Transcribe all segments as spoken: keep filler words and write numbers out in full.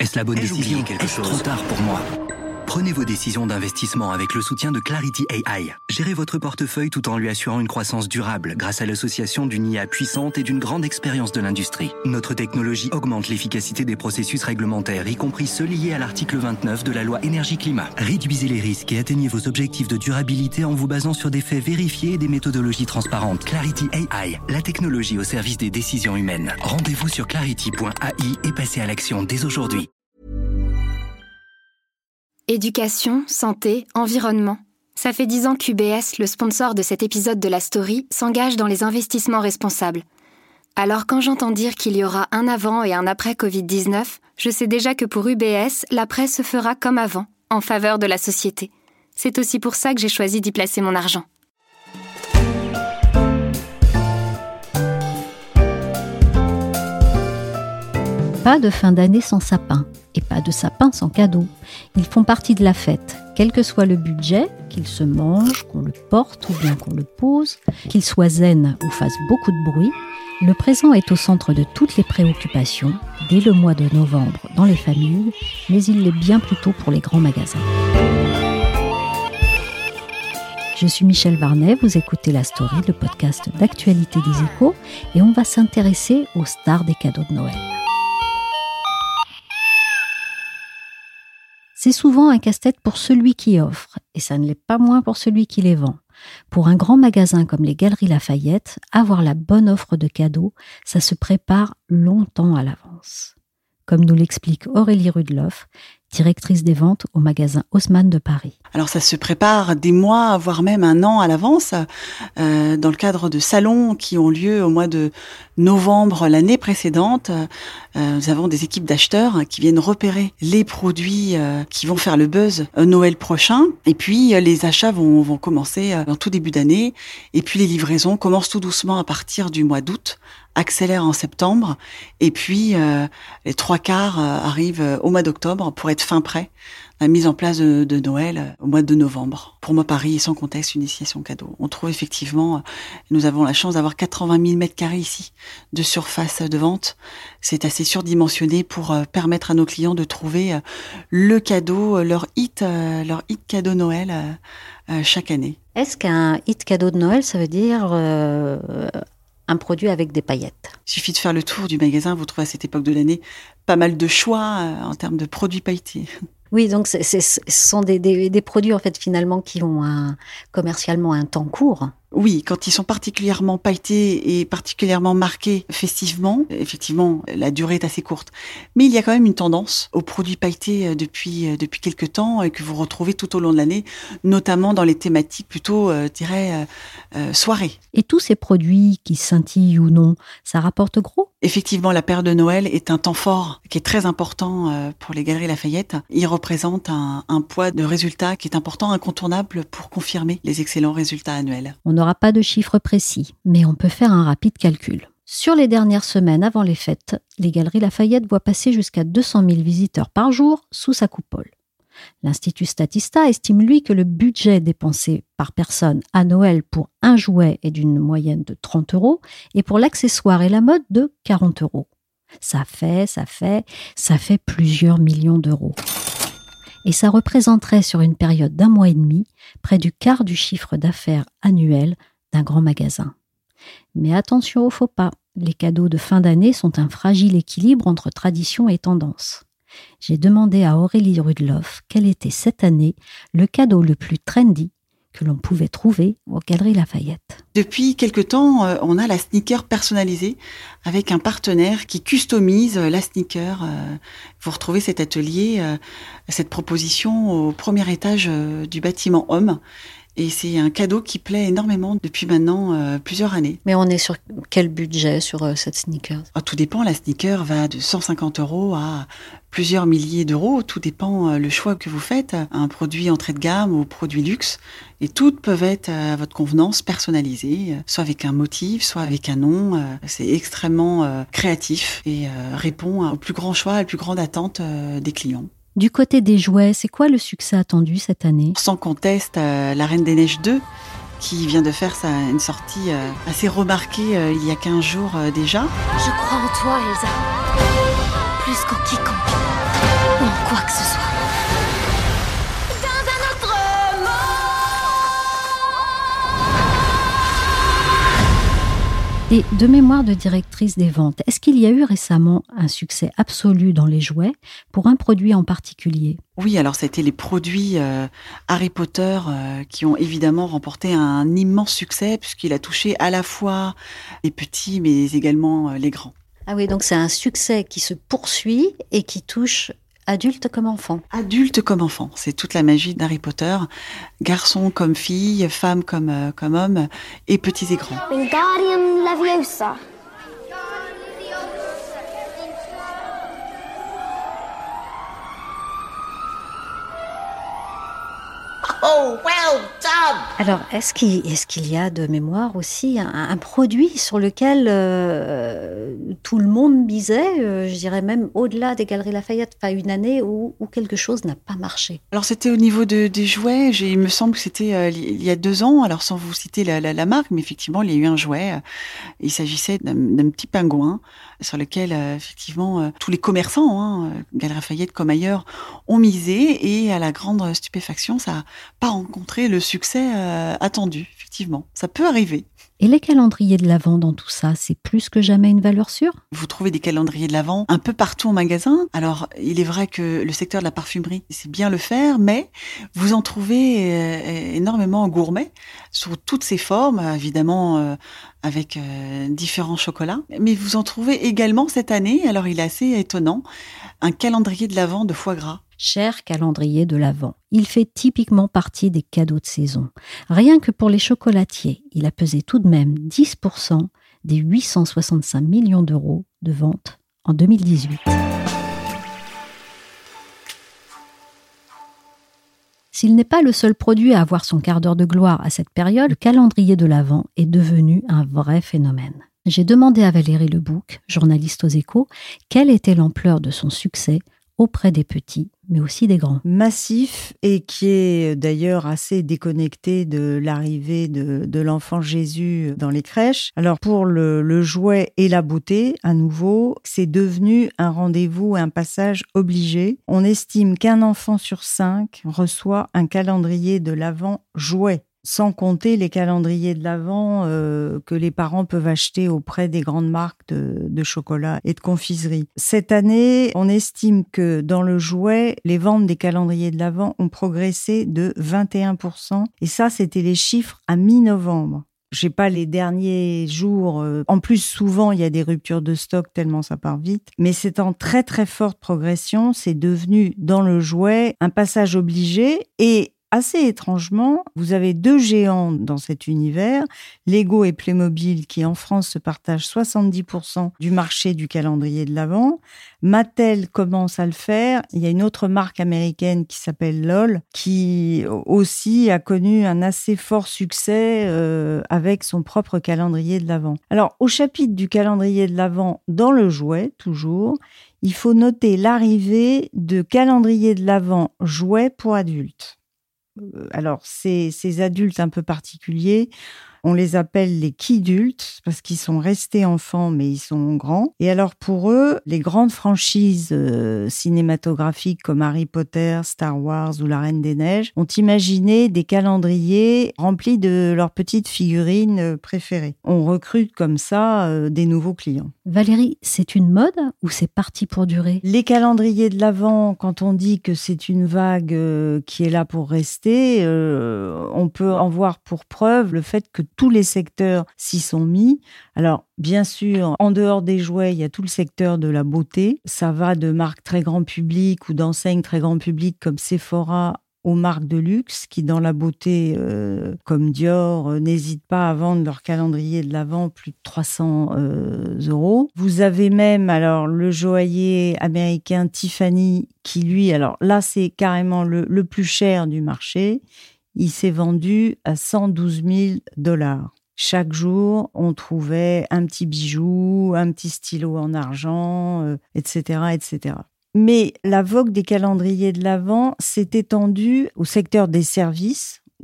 Est-ce la bonne Ai-je décision? oublié quelque Est-ce chose? trop tard pour moi? Prenez vos décisions d'investissement avec le soutien de Clarity A I. Gérez votre portefeuille tout en lui assurant une croissance durable grâce à l'association d'une I A puissante et d'une grande expérience de l'industrie. Notre technologie augmente l'efficacité des processus réglementaires, y compris ceux liés à l'article vingt-neuf de la loi énergie-climat. Réduisez les risques et atteignez vos objectifs de durabilité en vous basant sur des faits vérifiés et des méthodologies transparentes. Clarity A I, la technologie au service des décisions humaines. Rendez-vous sur clarity point A I et passez à l'action dès aujourd'hui. Éducation, santé, environnement. Ça fait dix ans qu'U B S, le sponsor de cet épisode de la story, s'engage dans les investissements responsables. Alors quand j'entends dire qu'il y aura un avant et un après covid dix-neuf, je sais déjà que pour U B S, l'après se fera comme avant, en faveur de la société. C'est aussi pour ça que j'ai choisi d'y placer mon argent. Pas de fin d'année sans sapin, et pas de sapin sans cadeau. Ils font partie de la fête, quel que soit le budget, qu'il se mange, qu'on le porte ou bien qu'on le pose, qu'il soit zen ou fasse beaucoup de bruit, le présent est au centre de toutes les préoccupations, dès le mois de novembre dans les familles, mais il l'est bien plus tôt pour les grands magasins. Je suis Michel Varnet, vous écoutez La Story, le podcast d'actualité des Échos, et on va s'intéresser aux stars des cadeaux de Noël. C'est souvent un casse-tête pour celui qui offre, et ça ne l'est pas moins pour celui qui les vend. Pour un grand magasin comme les Galeries Lafayette, avoir la bonne offre de cadeaux, ça se prépare longtemps à l'avance. Comme nous l'explique Aurélie Rudloff, directrice des ventes au magasin Haussmann de Paris. Alors ça se prépare des mois, voire même un an à l'avance, euh, dans le cadre de salons qui ont lieu au mois de novembre l'année précédente. Euh, nous avons des équipes d'acheteurs qui viennent repérer les produits euh, qui vont faire le buzz euh, Noël prochain. Et puis euh, les achats vont, vont commencer euh, en tout début d'année. Et puis les livraisons commencent tout doucement à partir du mois d'août, accélèrent en septembre. Et puis euh, les trois quarts euh, arrivent euh, au mois d'octobre pour être fin prêt. La mise en place de, de Noël au mois de novembre. Pour moi, Paris est sans conteste une destination cadeau. On trouve effectivement, nous avons la chance d'avoir quatre-vingt mille mètres carrés ici de surface de vente. C'est assez surdimensionné pour permettre à nos clients de trouver le cadeau, leur hit, leur hit cadeau Noël chaque année. Est-ce qu'un hit cadeau de Noël, ça veut dire euh, un produit avec des paillettes? Il suffit de faire le tour du magasin, vous trouvez à cette époque de l'année pas mal de choix en termes de produits pailletés. Oui, donc c'est, c'est, ce sont des, des, des produits en fait finalement qui ont un, commercialement un temps court. Oui, quand ils sont particulièrement pailletés et particulièrement marqués festivement, effectivement, la durée est assez courte. Mais il y a quand même une tendance aux produits pailletés depuis depuis quelques temps et que vous retrouvez tout au long de l'année, notamment dans les thématiques plutôt, euh, je dirais, euh, soirées. Et tous ces produits qui scintillent ou non, ça rapporte gros? Effectivement, la période de Noël est un temps fort qui est très important pour les Galeries Lafayette. Il représente un, un poids de résultats qui est important, incontournable pour confirmer les excellents résultats annuels. On n'aura pas de chiffres précis, mais on peut faire un rapide calcul. Sur les dernières semaines avant les fêtes, les Galeries Lafayette voient passer jusqu'à deux cent mille visiteurs par jour sous sa coupole. L'Institut Statista estime, lui, que le budget dépensé par personne à Noël pour un jouet est d'une moyenne de trente euros et pour l'accessoire et la mode de quarante euros. Ça fait, ça fait, ça fait plusieurs millions d'euros. Et ça représenterait sur une période d'un mois et demi près du quart du chiffre d'affaires annuel d'un grand magasin. Mais attention aux faux pas, les cadeaux de fin d'année sont un fragile équilibre entre tradition et tendance. J'ai demandé à Aurélie Rudloff quel était cette année le cadeau le plus trendy que l'on pouvait trouver aux Galeries Lafayette. Depuis quelque temps, on a la sneaker personnalisée avec un partenaire qui customise la sneaker. Vous retrouvez cet atelier, cette proposition au premier étage du bâtiment Homme. Et c'est un cadeau qui plaît énormément depuis maintenant euh, plusieurs années. Mais on est sur quel budget sur euh, cette sneaker? Ah, tout dépend, la sneaker va de cent cinquante euros à plusieurs milliers d'euros. Tout dépend euh, le choix que vous faites. Un produit entrée de gamme ou produit luxe. Et toutes peuvent être euh, à votre convenance personnalisées, euh, soit avec un motif, soit avec un nom. Euh, c'est extrêmement euh, créatif et euh, répond au plus grand choix, à la plus grande attente euh, des clients. Du côté des jouets, c'est quoi le succès attendu cette année? Sans conteste, euh, La Reine des Neiges deux, qui vient de faire sa, une sortie euh, assez remarquée euh, il y a quinze jours euh, déjà. Je crois en toi, Elsa, plus qu'en quiconque. quoi que ce soit. Dans un autre monde. Et de mémoire de directrice des ventes, est-ce qu'il y a eu récemment un succès absolu dans les jouets pour un produit en particulier ? Oui, alors c'était les produits euh, Harry Potter euh, qui ont évidemment remporté un immense succès puisqu'il a touché à la fois les petits mais également euh, les grands. Ah oui, donc c'est un succès qui se poursuit et qui touche adultes comme enfants. Adultes comme enfants, c'est toute la magie d'Harry Potter. Garçons comme filles, femmes comme, euh, comme hommes, et petits et grands. Wingardium Leviosa. Oh, well done! Alors, est-ce qu'il, est-ce qu'il y a de mémoire aussi un, un produit sur lequel euh, tout le monde misait, euh, je dirais même au-delà des Galeries Lafayette, pas une année où, où quelque chose n'a pas marché? Alors c'était au niveau de, des jouets, j'ai, il me semble que c'était euh, il y a deux ans, alors sans vous citer la, la, la marque, mais effectivement il y a eu un jouet, euh, il s'agissait d'un, d'un petit pingouin sur lequel euh, effectivement euh, tous les commerçants, hein, Galeries Lafayette comme ailleurs, ont misé et à la grande stupéfaction, ça n'a pas rencontré le succès euh, attendu, effectivement. Ça peut arriver. Et les calendriers de l'Avent dans tout ça, c'est plus que jamais une valeur sûre? Vous trouvez des calendriers de l'Avent un peu partout en magasin. Alors, il est vrai que le secteur de la parfumerie, c'est bien le faire, mais vous en trouvez euh, énormément en gourmet, sous toutes ses formes, évidemment euh, avec euh, différents chocolats. Mais vous en trouvez également cette année, alors il est assez étonnant, un calendrier de l'Avent de foie gras. Cher calendrier de l'Avent, il fait typiquement partie des cadeaux de saison. Rien que pour les chocolatiers, il a pesé tout de même dix pour cent des huit cent soixante-cinq millions d'euros de ventes en deux mille dix-huit. S'il n'est pas le seul produit à avoir son quart d'heure de gloire à cette période, le calendrier de l'Avent est devenu un vrai phénomène. J'ai demandé à Valérie Lebouc, journaliste aux Échos, quelle était l'ampleur de son succès auprès des petits, mais aussi des grands. Massif et qui est d'ailleurs assez déconnecté de l'arrivée de, de l'enfant Jésus dans les crèches. Alors pour le, le jouet et la beauté, à nouveau, c'est devenu un rendez-vous, un passage obligé. On estime qu'un enfant sur cinq reçoit un calendrier de l'Avent jouet, sans compter les calendriers de l'Avent euh, que les parents peuvent acheter auprès des grandes marques de, de chocolat et de confiserie. Cette année, on estime que dans le jouet, les ventes des calendriers de l'Avent ont progressé de vingt et un pour cent. Et ça, c'était les chiffres à mi-novembre. J'ai pas les derniers jours. En plus, souvent, il y a des ruptures de stock tellement ça part vite. Mais c'est en très, très forte progression. C'est devenu, dans le jouet, un passage obligé. Et assez étrangement, vous avez deux géants dans cet univers, Lego et Playmobil, qui en France se partagent soixante-dix pour cent du marché du calendrier de l'Avent. Mattel commence à le faire. Il y a une autre marque américaine qui s'appelle L O L, qui aussi a connu un assez fort succès euh, avec son propre calendrier de l'Avent. Alors, au chapitre du calendrier de l'Avent, dans le jouet, toujours, il faut noter l'arrivée de calendriers de l'Avent jouets pour adultes. Alors, ces, ces adultes un peu particuliers, on les appelle les kidultes parce qu'ils sont restés enfants, mais ils sont grands. Et alors, pour eux, les grandes franchises euh, cinématographiques comme Harry Potter, Star Wars ou La Reine des Neiges ont imaginé des calendriers remplis de leurs petites figurines préférées. On recrute comme ça euh, des nouveaux clients. Valérie, c'est une mode ou c'est parti pour durer? Les calendriers de l'Avent, quand on dit que c'est une vague euh, qui est là pour rester, euh, on peut en voir pour preuve le fait que tous les secteurs s'y sont mis. Alors, bien sûr, en dehors des jouets, il y a tout le secteur de la beauté. Ça va de marques très grand public ou d'enseignes très grand public comme Sephora aux marques de luxe qui, dans la beauté, euh, comme Dior, euh, n'hésitent pas à vendre leur calendrier de l'Avent plus de trois cents euh, euros. Vous avez même alors le joaillier américain Tiffany qui, lui, alors là, c'est carrément le, le plus cher du marché. Il s'est vendu à cent douze mille dollars. Chaque jour, on trouvait un petit bijou, un petit stylo en argent, euh, et cetera, et cetera. Mais la vogue des calendriers de l'Avent s'est étendue au secteur des services,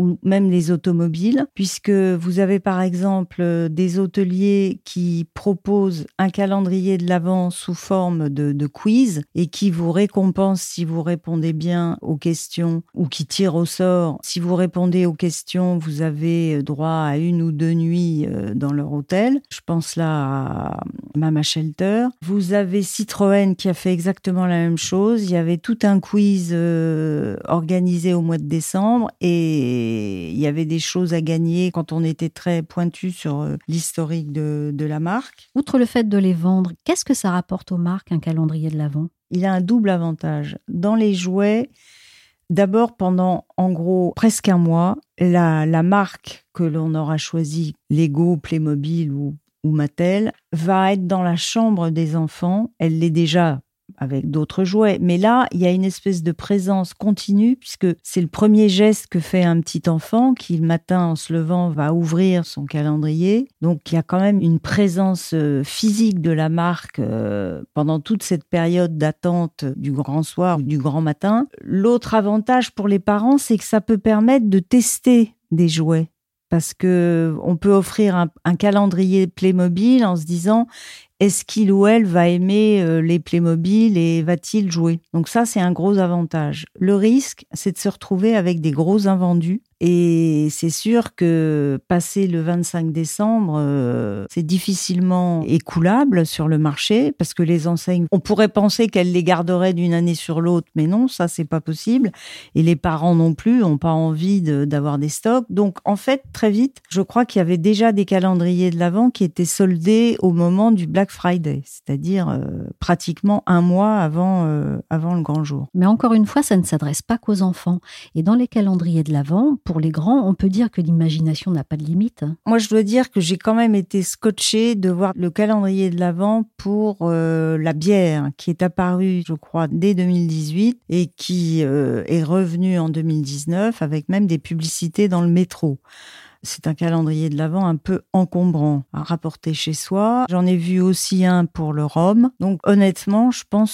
ou même les automobiles, puisque vous avez par exemple des hôteliers qui proposent un calendrier de l'Avent sous forme de, de quiz et qui vous récompensent si vous répondez bien aux questions ou qui tirent au sort. Si vous répondez aux questions, vous avez droit à une ou deux nuits dans leur hôtel. Je pense là à Mama Shelter. Vous avez Citroën qui a fait exactement la même chose. Il y avait tout un quiz euh, organisé au mois de décembre et il y avait des choses à gagner quand on était très pointu sur euh, l'historique de, de la marque. Outre le fait de les vendre, qu'est-ce que ça rapporte aux marques, un calendrier de l'Avent ? Il a un double avantage. Dans les jouets, d'abord, pendant en gros presque un mois, la, la marque que l'on aura choisie, Lego, Playmobil ou, ou Mattel, va être dans la chambre des enfants. Elle l'est déjà avec d'autres jouets. Mais là, il y a une espèce de présence continue puisque c'est le premier geste que fait un petit enfant qui, le matin, en se levant, va ouvrir son calendrier. Donc, il y a quand même une présence physique de la marque euh, pendant toute cette période d'attente du grand soir ou du grand matin. L'autre avantage pour les parents, c'est que ça peut permettre de tester des jouets. Parce que on peut offrir un, un calendrier Playmobil en se disant est-ce qu'il ou elle va aimer euh, les Playmobil et va-t-il jouer ? Donc ça, c'est un gros avantage. Le risque, c'est de se retrouver avec des gros invendus. Et c'est sûr que passé le vingt-cinq décembre, euh, c'est difficilement écoulable sur le marché parce que les enseignes, on pourrait penser qu'elles les garderaient d'une année sur l'autre, mais non, ça c'est pas possible. Et les parents non plus ont pas envie de, d'avoir des stocks. Donc en fait, très vite, je crois qu'il y avait déjà des calendriers de l'Avent qui étaient soldés au moment du Black Friday, c'est-à-dire euh, pratiquement un mois avant, euh, avant le grand jour. Mais encore une fois, ça ne s'adresse pas qu'aux enfants. Et dans les calendriers de l'Avent, pour les grands, on peut dire que l'imagination n'a pas de limite. Moi, je dois dire que j'ai quand même été scotchée de voir le calendrier de l'Avent pour euh, la bière, qui est apparu, je crois, dès deux mille dix-huit et qui euh, est revenu en deux mille dix-neuf avec même des publicités dans le métro. C'est un calendrier de l'Avent un peu encombrant à rapporter chez soi. J'en ai vu aussi un pour le rhum. Donc honnêtement, je pense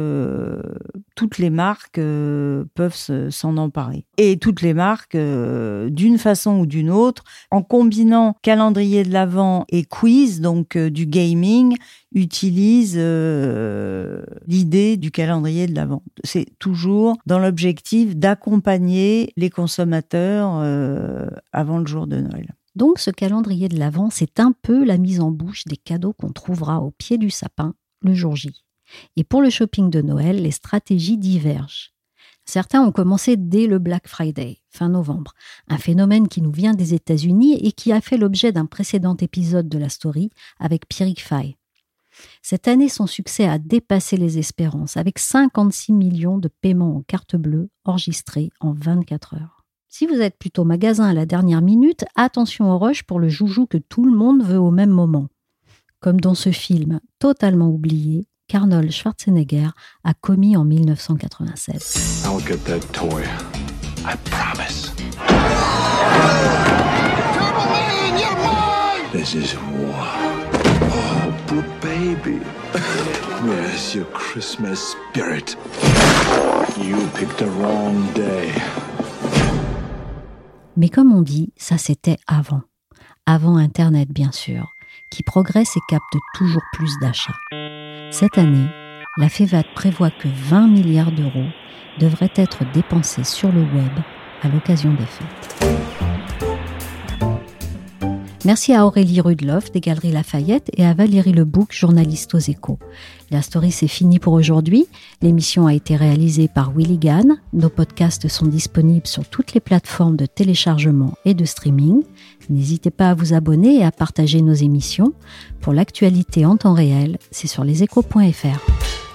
que toutes les marques euh, peuvent se, s'en emparer. Et toutes les marques, euh, d'une façon ou d'une autre, en combinant calendrier de l'Avent et quiz, donc euh, du gaming, utilisent euh, l'idée du calendrier de l'Avent. C'est toujours dans l'objectif d'accompagner les consommateurs euh, avant le jour de Noël. Donc ce calendrier de l'Avent, c'est un peu la mise en bouche des cadeaux qu'on trouvera au pied du sapin le jour J. Et pour le shopping de Noël, les stratégies divergent. Certains ont commencé dès le Black Friday, fin novembre, un phénomène qui nous vient des États-Unis et qui a fait l'objet d'un précédent épisode de la story avec Pierrick Fay. Cette année, son succès a dépassé les espérances, avec cinquante-six millions de paiements en carte bleue enregistrés en vingt-quatre heures. Si vous êtes plutôt magasin à la dernière minute, attention au rush pour le joujou que tout le monde veut au même moment. Comme dans ce film totalement oublié qu'Arnold Schwarzenegger a commis en dix-neuf cent quatre-vingt-sept. I'll get that toy. I promise. Turbo Man, you're mine! This is war. Oh, blue baby. Where's your Christmas spirit? You picked the wrong day. Mais comme on dit, ça c'était avant. Avant Internet, bien sûr, qui progresse et capte toujours plus d'achats. Cette année, la FEVAD prévoit que vingt milliards d'euros devraient être dépensés sur le web à l'occasion des fêtes. Merci à Aurélie Rudloff des Galeries Lafayette et à Valérie Lebouc, journaliste aux Échos. La story, c'est fini pour aujourd'hui. L'émission a été réalisée par Willy Gann. Nos podcasts sont disponibles sur toutes les plateformes de téléchargement et de streaming. N'hésitez pas à vous abonner et à partager nos émissions. Pour l'actualité en temps réel, c'est sur leséchos point f r.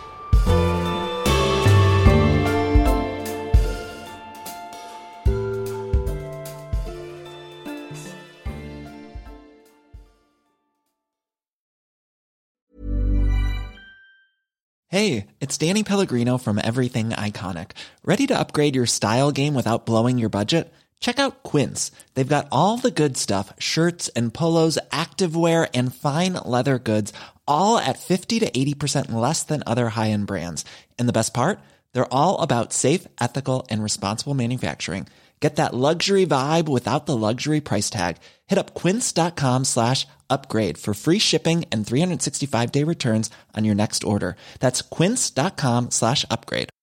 Hey, it's Danny Pellegrino from Everything Iconic. Ready to upgrade your style game without blowing your budget? Check out Quince. They've got all the good stuff, shirts and polos, activewear, and fine leather goods, all at fifty to eighty percent less than other high-end brands. And the best part? They're all about safe, ethical, and responsible manufacturing. Get that luxury vibe without the luxury price tag. Hit up quince.com slash upgrade for free shipping and three sixty-five day returns on your next order. That's quince.com slash upgrade.